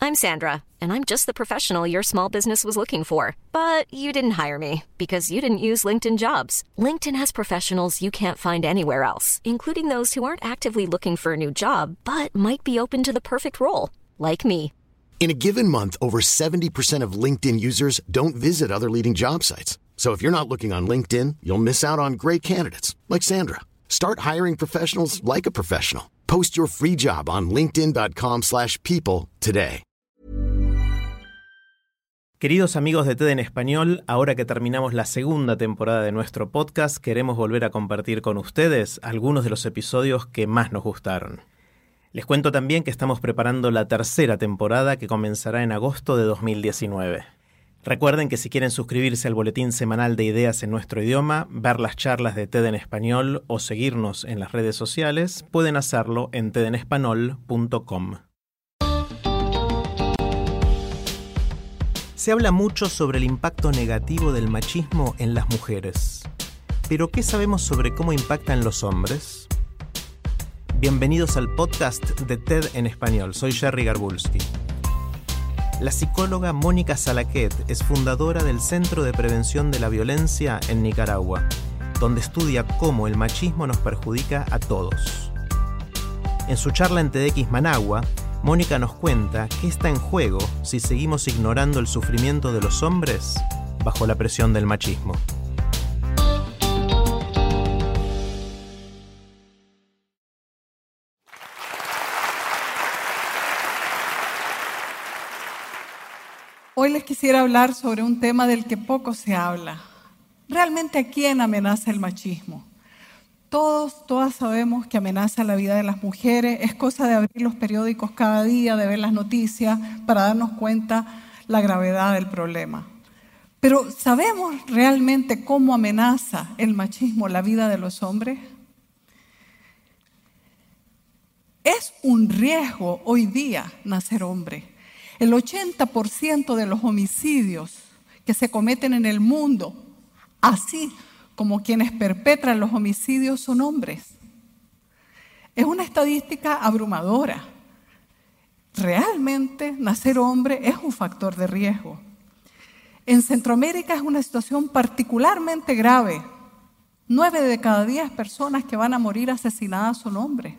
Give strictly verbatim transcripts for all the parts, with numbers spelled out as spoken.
I'm Sandra, and I'm just the professional your small business was looking for. But you didn't hire me because you didn't use LinkedIn Jobs. LinkedIn has professionals you can't find anywhere else, including those who aren't actively looking for a new job, but might be open to the perfect role, like me. In a given month, over seventy percent of LinkedIn users don't visit other leading job sites. So if you're not looking on LinkedIn, you'll miss out on great candidates like Sandra. Start hiring professionals like a professional. Post your free job on linkedin dot com slash people today. Queridos amigos de TED en Español, ahora que terminamos la segunda temporada de nuestro podcast, queremos volver a compartir con ustedes algunos de los episodios que más nos gustaron. Les cuento también que estamos preparando la tercera temporada que comenzará en agosto de dos mil diecinueve. Recuerden que si quieren suscribirse al boletín semanal de ideas en nuestro idioma, ver las charlas de TED en Español o seguirnos en las redes sociales, pueden hacerlo en ted en español punto com. Se habla mucho sobre el impacto negativo del machismo en las mujeres. ¿Pero qué sabemos sobre cómo impacta en los hombres? Bienvenidos al podcast de TED en Español. Soy Jerry Garbulski. La psicóloga Mónica Salaquet es fundadora del Centro de Prevención de la Violencia en Nicaragua, donde estudia cómo el machismo nos perjudica a todos. En su charla en TEDx Managua, Mónica nos cuenta qué está en juego si seguimos ignorando el sufrimiento de los hombres bajo la presión del machismo. Hoy les quisiera hablar sobre un tema del que poco se habla. ¿Realmente a quién amenaza el machismo? Todos, todas sabemos que amenaza la vida de las mujeres. Es cosa de abrir los periódicos cada día, de ver las noticias para darnos cuenta la gravedad del problema. Pero ¿sabemos realmente cómo amenaza el machismo la vida de los hombres? Es un riesgo hoy día nacer hombre. El ochenta por ciento de los homicidios que se cometen en el mundo, así como quienes perpetran los homicidios, son hombres. Es una estadística abrumadora. Realmente nacer hombre es un factor de riesgo. En Centroamérica es una situación particularmente grave. Nueve de cada diez personas que van a morir asesinadas son hombres.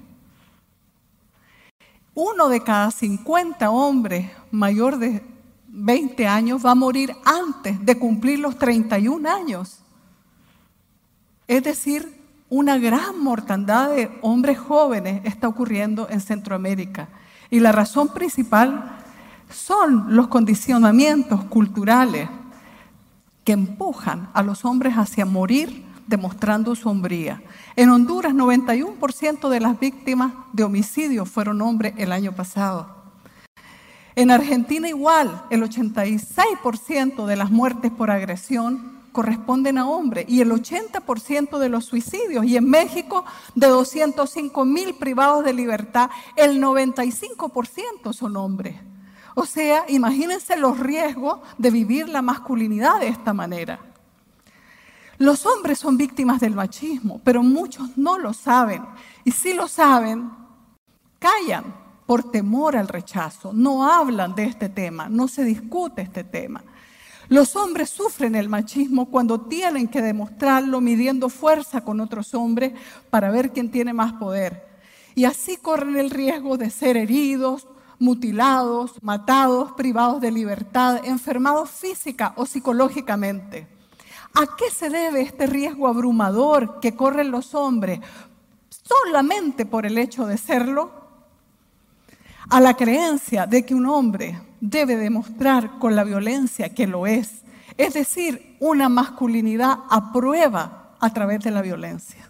Uno de cada cincuenta hombres mayor de veinte años va a morir antes de cumplir los treinta y un años. Es decir, una gran mortandad de hombres jóvenes está ocurriendo en Centroamérica. Y la razón principal son los condicionamientos culturales que empujan a los hombres hacia morir demostrando su hombría. En Honduras, noventa y uno por ciento de las víctimas de homicidio fueron hombres el año pasado. En Argentina igual, el ochenta y seis por ciento de las muertes por agresión corresponden a hombres y el ochenta por ciento de los suicidios. Y en México, de doscientos cinco mil privados de libertad, el noventa y cinco por ciento son hombres. O sea, imagínense los riesgos de vivir la masculinidad de esta manera. Los hombres son víctimas del machismo, pero muchos no lo saben. Y si lo saben, callan por temor al rechazo. No hablan de este tema, no se discute este tema. Los hombres sufren el machismo cuando tienen que demostrarlo midiendo fuerza con otros hombres para ver quién tiene más poder. Y así corren el riesgo de ser heridos, mutilados, matados, privados de libertad, enfermados física o psicológicamente. ¿A qué se debe este riesgo abrumador que corren los hombres solamente por el hecho de serlo? A la creencia de que un hombre debe demostrar con la violencia que lo es, es decir, una masculinidad a prueba a través de la violencia.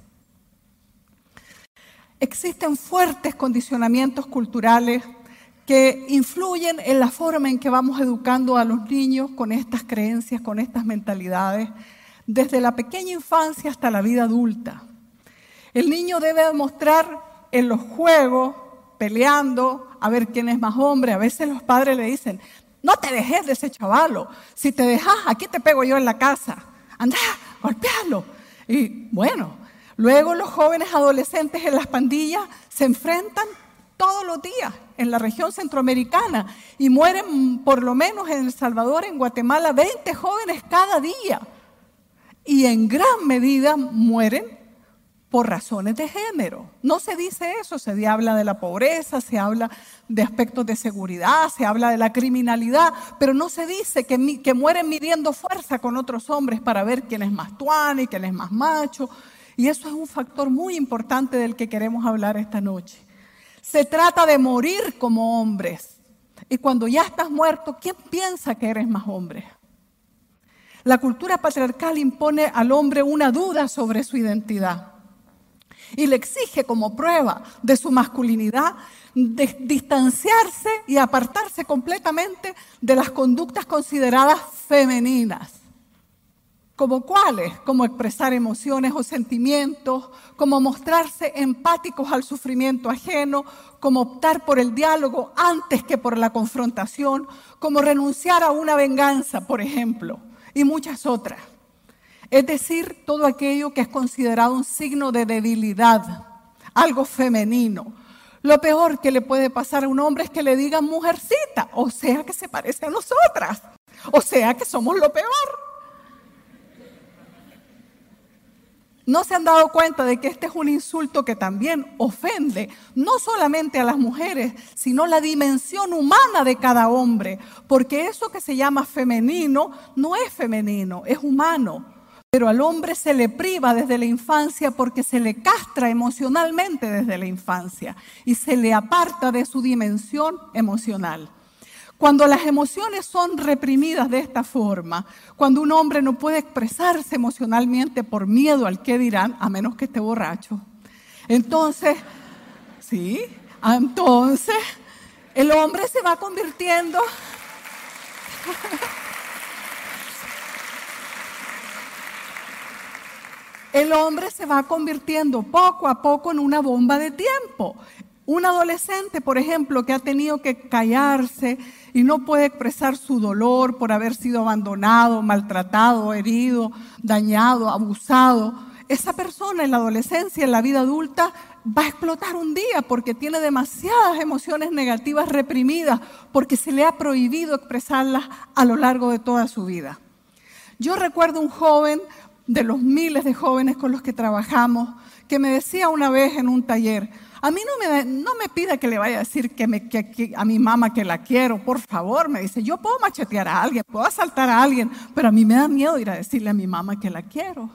Existen fuertes condicionamientos culturales que influyen en la forma en que vamos educando a los niños con estas creencias, con estas mentalidades, desde la pequeña infancia hasta la vida adulta. El niño debe demostrar en los juegos, peleando, a ver quién es más hombre. A veces los padres le dicen, no te dejes de ese chavalo, si te dejas, aquí te pego yo en la casa, anda, golpéalo. Y bueno, luego los jóvenes adolescentes en las pandillas se enfrentan todos los días en la región centroamericana y mueren por lo menos en El Salvador, en Guatemala, veinte jóvenes cada día. Y en gran medida mueren por razones de género. No se dice eso, se habla de la pobreza, se habla de aspectos de seguridad, se habla de la criminalidad, pero no se dice que, que mueren midiendo fuerza con otros hombres para ver quién es más tuani, quién es más macho. Y eso es un factor muy importante del que queremos hablar esta noche. Se trata de morir como hombres. Y cuando ya estás muerto, ¿quién piensa que eres más hombre? La cultura patriarcal impone al hombre una duda sobre su identidad y le exige como prueba de su masculinidad de distanciarse y apartarse completamente de las conductas consideradas femeninas. ¿Como cuáles? Como expresar emociones o sentimientos, como mostrarse empáticos al sufrimiento ajeno, como optar por el diálogo antes que por la confrontación, como renunciar a una venganza, por ejemplo, y muchas otras. Es decir, todo aquello que es considerado un signo de debilidad, algo femenino. Lo peor que le puede pasar a un hombre es que le digan mujercita, o sea que se parece a nosotras, o sea que somos lo peor. ¿No se han dado cuenta de que este es un insulto que también ofende no solamente a las mujeres, sino la dimensión humana de cada hombre? Porque eso que se llama femenino no es femenino, es humano. Pero al hombre se le priva desde la infancia porque se le castra emocionalmente desde la infancia y se le aparta de su dimensión emocional. Cuando las emociones son reprimidas de esta forma, cuando un hombre no puede expresarse emocionalmente por miedo al qué dirán, a menos que esté borracho, entonces, sí, entonces el hombre se va convirtiendo... El hombre se va convirtiendo poco a poco en una bomba de tiempo. Un adolescente, por ejemplo, que ha tenido que callarse y no puede expresar su dolor por haber sido abandonado, maltratado, herido, dañado, abusado. Esa persona en la adolescencia, en la vida adulta, va a explotar un día porque tiene demasiadas emociones negativas reprimidas, porque se le ha prohibido expresarlas a lo largo de toda su vida. Yo recuerdo un joven, de los miles de jóvenes con los que trabajamos, que me decía una vez en un taller: a mí no me, no me pida que le vaya a decir que me, que, que a mi mamá que la quiero, por favor. Me dice, yo puedo machetear a alguien, puedo asaltar a alguien, pero a mí me da miedo ir a decirle a mi mamá que la quiero.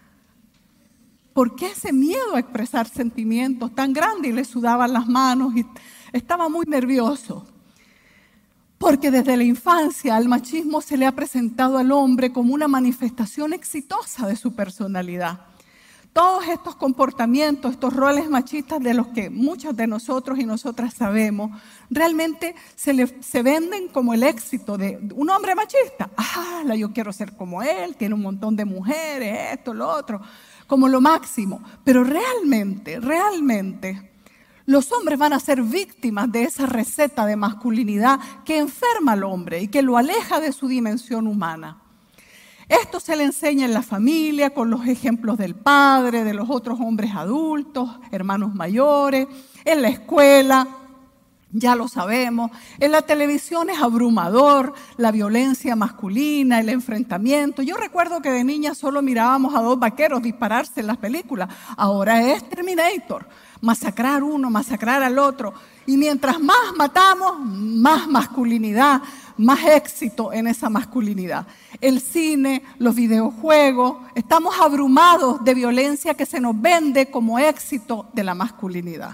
¿Por qué ese miedo a expresar sentimientos tan grande? Y le sudaban las manos y estaba muy nervioso. Porque desde la infancia el machismo se le ha presentado al hombre como una manifestación exitosa de su personalidad. Todos estos comportamientos, estos roles machistas de los que muchos de nosotros y nosotras sabemos, realmente se, le, se venden como el éxito de un hombre machista. Ah, yo quiero ser como él, tiene un montón de mujeres, esto, lo otro, como lo máximo. Pero realmente, realmente... los hombres van a ser víctimas de esa receta de masculinidad que enferma al hombre y que lo aleja de su dimensión humana. Esto se le enseña en la familia, con los ejemplos del padre, de los otros hombres adultos, hermanos mayores, en la escuela, ya lo sabemos. En la televisión es abrumador la violencia masculina, el enfrentamiento. Yo recuerdo que de niña solo mirábamos a dos vaqueros dispararse en las películas. Ahora es Terminator. Masacrar uno, masacrar al otro. Y mientras más matamos, más masculinidad, más éxito en esa masculinidad. El cine, los videojuegos, estamos abrumados de violencia que se nos vende como éxito de la masculinidad.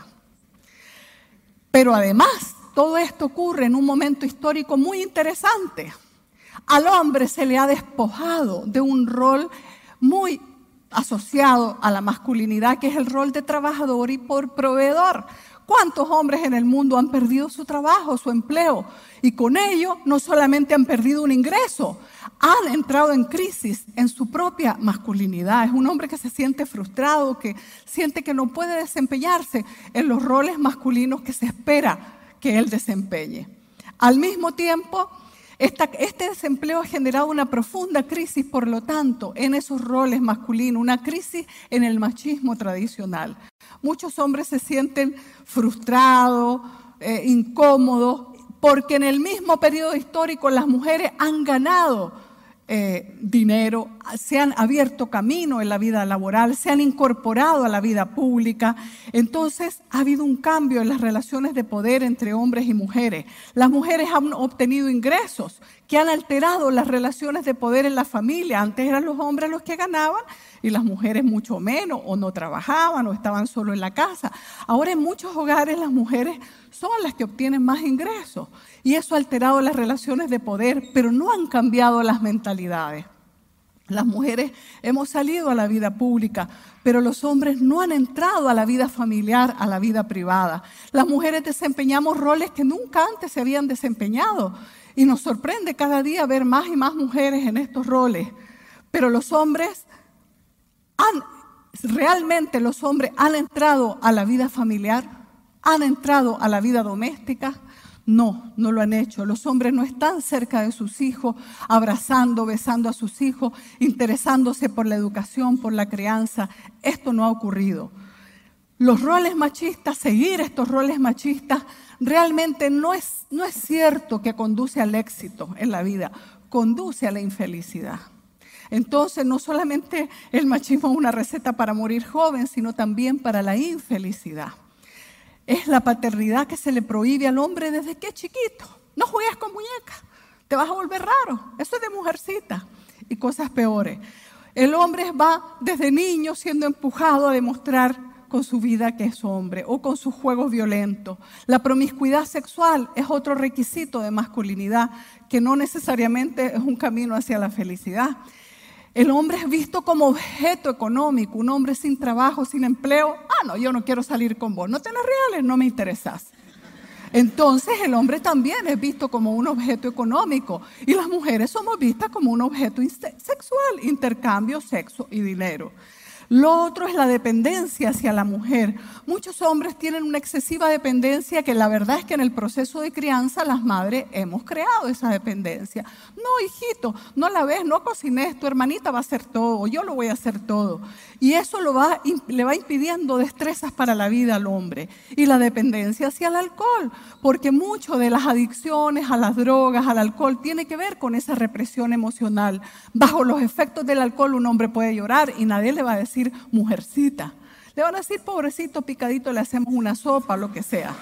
Pero además, todo esto ocurre en un momento histórico muy interesante. Al hombre se le ha despojado de un rol muy asociado a la masculinidad, que es el rol de trabajador y por proveedor. ¿Cuántos hombres en el mundo han perdido su trabajo, su empleo? Y con ello no solamente han perdido un ingreso, han entrado en crisis en su propia masculinidad. Es un hombre que se siente frustrado, que siente que no puede desempeñarse en los roles masculinos que se espera que él desempeñe. Al mismo tiempo, Esta, este desempleo ha generado una profunda crisis, por lo tanto, en esos roles masculinos, una crisis en el machismo tradicional. muchos hombres se sienten frustrados, eh, incómodos, porque en el mismo periodo histórico las mujeres han ganado eh, dinero, se han abierto camino en la vida laboral, se han incorporado a la vida pública. Entonces ha habido un cambio en las relaciones de poder entre hombres y mujeres. Las mujeres han obtenido ingresos que han alterado las relaciones de poder en la familia. Antes eran los hombres los que ganaban y las mujeres mucho menos, o no trabajaban o estaban solo en la casa. Ahora en muchos hogares las mujeres son las que obtienen más ingresos y eso ha alterado las relaciones de poder, pero no han cambiado las mentalidades. Las mujeres hemos salido a la vida pública, pero los hombres no han entrado a la vida familiar, a la vida privada. Las mujeres desempeñamos roles que nunca antes se habían desempeñado y nos sorprende cada día ver más y más mujeres en estos roles. Pero los hombres han, realmente los hombres han entrado a la vida familiar, han entrado a la vida doméstica. No, no lo han hecho. Los hombres no están cerca de sus hijos, abrazando, besando a sus hijos, interesándose por la educación, por la crianza. Esto no ha ocurrido. Los roles machistas, seguir estos roles machistas, realmente no es, no es cierto que conduce al éxito en la vida, conduce a la infelicidad. Entonces, no solamente el machismo es una receta para morir joven, sino también para la infelicidad. Es la paternidad que se le prohíbe al hombre desde que es chiquito. No juegues con muñecas, te vas a volver raro. Eso es de mujercita y cosas peores. El hombre va desde niño siendo empujado a demostrar con su vida que es hombre o con sus juegos violentos. La promiscuidad sexual es otro requisito de masculinidad que no necesariamente es un camino hacia la felicidad. El hombre es visto como objeto económico, un hombre sin trabajo, sin empleo. Ah, no, yo no quiero salir con vos. No tenés reales, no me interesás. Entonces el hombre también es visto como un objeto económico y las mujeres somos vistas como un objeto sexual, intercambio, sexo y dinero. Lo otro es la dependencia hacia la mujer. Muchos hombres tienen una excesiva dependencia que la verdad es que en el proceso de crianza las madres hemos creado esa dependencia. No, hijito, no la ves, no cocines, tu hermanita va a hacer todo, yo lo voy a hacer todo. Y eso lo va, le va impidiendo destrezas para la vida al hombre. Y la dependencia hacia el alcohol, porque mucho de las adicciones a las drogas, al alcohol, tiene que ver con esa represión emocional. Bajo los efectos del alcohol un hombre puede llorar y nadie le va a decir mujercita. Le van a decir pobrecito, picadito, le hacemos una sopa, lo que sea.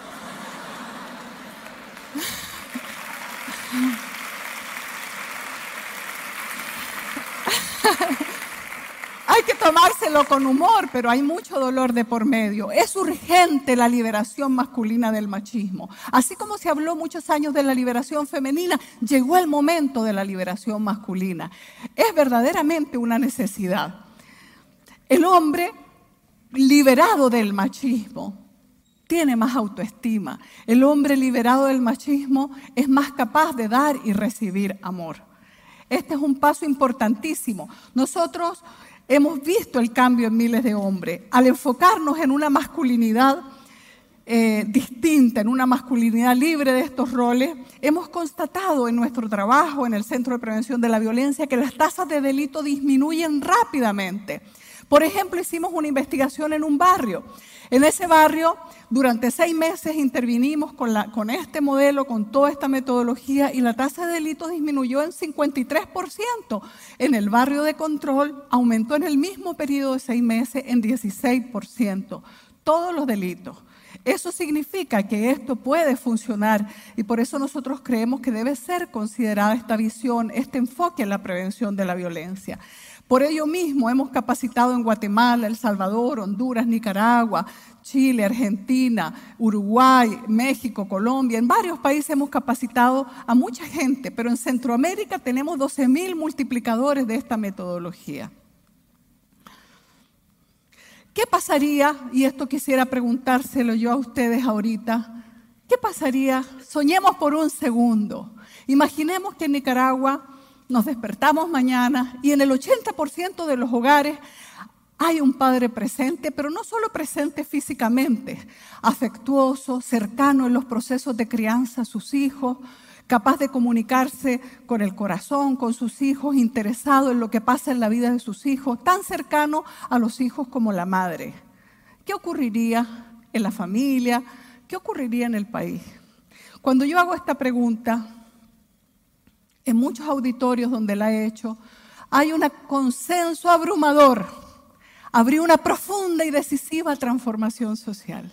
Hay que tomárselo con humor, pero hay mucho dolor de por medio. Es urgente la liberación masculina del machismo. Así como se habló muchos años de la liberación femenina, llegó el momento de la liberación masculina. Es verdaderamente una necesidad. El hombre liberado del machismo tiene más autoestima. El hombre liberado del machismo es más capaz de dar y recibir amor. Este es un paso importantísimo. Nosotros hemos visto el cambio en miles de hombres. Al enfocarnos en una masculinidad eh, distinta, en una masculinidad libre de estos roles, hemos constatado en nuestro trabajo en el Centro de Prevención de la Violencia que las tasas de delito disminuyen rápidamente. Por ejemplo, hicimos una investigación en un barrio. En ese barrio, durante seis meses intervinimos con, la, con este modelo, con toda esta metodología, y la tasa de delitos disminuyó en cincuenta y tres por ciento. En el barrio de Control aumentó en el mismo periodo de seis meses en dieciséis por ciento. Todos los delitos. Eso significa que esto puede funcionar y por eso nosotros creemos que debe ser considerada esta visión, este enfoque en la prevención de la violencia. Por ello mismo hemos capacitado en Guatemala, El Salvador, Honduras, Nicaragua, Chile, Argentina, Uruguay, México, Colombia. En varios países hemos capacitado a mucha gente, pero en Centroamérica tenemos doce mil multiplicadores de esta metodología. ¿Qué pasaría, y esto quisiera preguntárselo yo a ustedes ahorita, qué pasaría? Soñemos por un segundo. Imaginemos que en Nicaragua nos despertamos mañana y en el ochenta por ciento de los hogares hay un padre presente, pero no solo presente físicamente, afectuoso, cercano en los procesos de crianza a sus hijos, capaz de comunicarse con el corazón, con sus hijos, interesado en lo que pasa en la vida de sus hijos, tan cercano a los hijos como la madre. ¿qué ocurriría en la familia? ¿Qué ocurriría en el país? Cuando yo hago esta pregunta, en muchos auditorios donde la he hecho, hay un consenso abrumador. Habría una profunda y decisiva transformación social.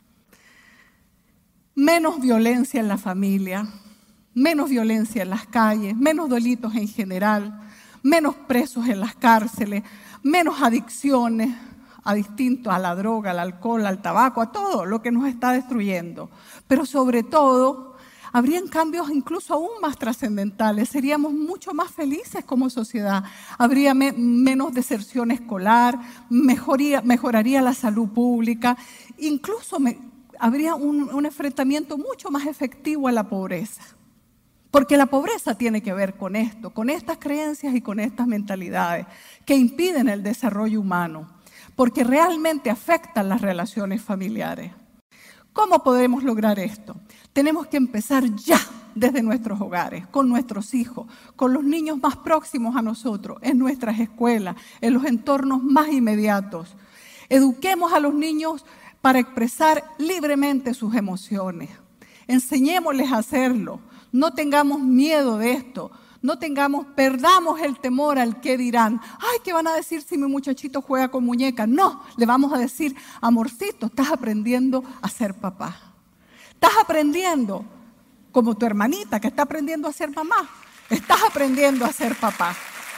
Menos violencia en la familia, menos violencia en las calles, menos delitos en general, menos presos en las cárceles, menos adicciones a distinto, a la droga, al alcohol, al tabaco, a todo lo que nos está destruyendo. Pero sobre todo, habrían cambios incluso aún más trascendentales. Seríamos mucho más felices como sociedad. Habría me, menos deserción escolar, mejoría, mejoraría la salud pública, incluso me, habría un, un enfrentamiento mucho más efectivo a la pobreza. Porque la pobreza tiene que ver con esto, con estas creencias y con estas mentalidades que impiden el desarrollo humano, porque realmente afectan las relaciones familiares. ¿Cómo podemos lograr esto? Tenemos que empezar ya desde nuestros hogares, con nuestros hijos, con los niños más próximos a nosotros, en nuestras escuelas, en los entornos más inmediatos. Eduquemos a los niños para expresar libremente sus emociones. Enseñémosles a hacerlo. No tengamos miedo de esto. No tengamos, perdamos el temor al qué dirán. Ay, ¿qué van a decir si mi muchachito juega con muñecas? No, le vamos a decir, amorcito, estás aprendiendo a ser papá. Estás aprendiendo, como tu hermanita que está aprendiendo a ser mamá. Estás aprendiendo a ser papá.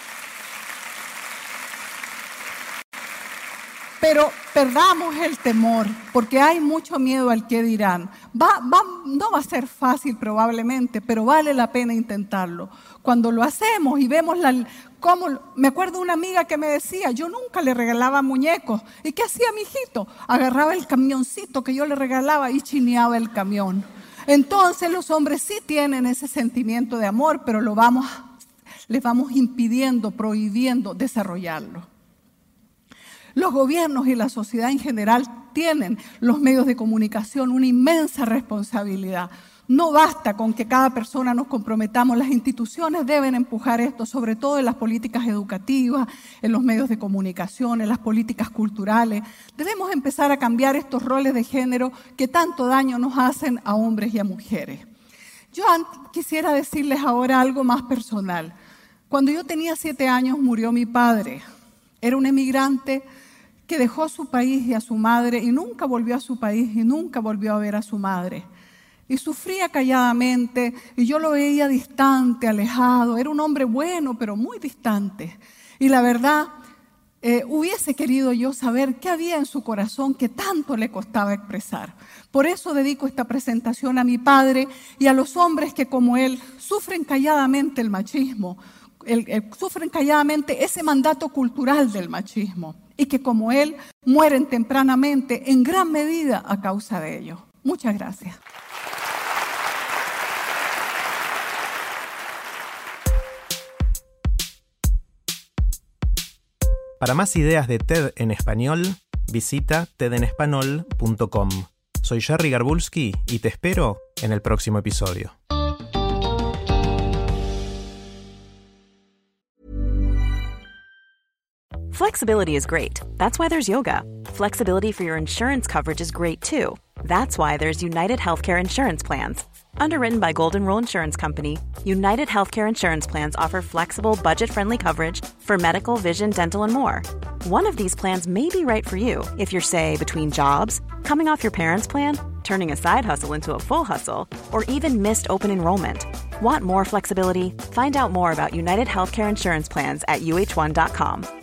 Pero perdamos el temor, porque hay mucho miedo al qué dirán. Va, va, no va a ser fácil probablemente, pero vale la pena intentarlo. Cuando lo hacemos y vemos la, cómo, me acuerdo de una amiga que me decía, yo nunca le regalaba muñecos. ¿Y qué hacía mi hijito? Agarraba el camioncito que yo le regalaba y chineaba el camión. Entonces los hombres sí tienen ese sentimiento de amor, pero lo vamos, les vamos impidiendo, prohibiendo desarrollarlo. Los gobiernos y la sociedad en general tienen, los medios de comunicación, una inmensa responsabilidad. No basta con que cada persona nos comprometamos, las instituciones deben empujar esto, sobre todo en las políticas educativas, en los medios de comunicación, en las políticas culturales. Debemos empezar a cambiar estos roles de género que tanto daño nos hacen a hombres y a mujeres. Yo quisiera decirles ahora algo más personal. Cuando yo tenía siete años murió mi padre. Era un emigrante que dejó a su país y a su madre y nunca volvió a su país y nunca volvió a ver a su madre. Y sufría calladamente y yo lo veía distante, alejado. Era un hombre bueno, pero muy distante. Y la verdad, eh, hubiese querido yo saber qué había en su corazón que tanto le costaba expresar. Por eso dedico esta presentación a mi padre y a los hombres que como él sufren calladamente el machismo, el, el, sufren calladamente ese mandato cultural del machismo. Y que como él mueren tempranamente en gran medida a causa de ello. Muchas gracias. Para más ideas de TED en español, visita ted en español punto com. Soy Jerry Garbulski y te espero en el próximo episodio. Flexibility is great. That's why there's yoga. Flexibility for your insurance coverage is great too. That's why there's United Healthcare Insurance Plans. Underwritten by Golden Rule Insurance Company, United Healthcare Insurance Plans offer flexible, budget-friendly coverage for medical, vision, dental, and more. One of these plans may be right for you if you're, say, between jobs, coming off your parents' plan, turning a side hustle into a full hustle, or even missed open enrollment. Want more flexibility? Find out more about United Healthcare Insurance Plans at U H one dot com.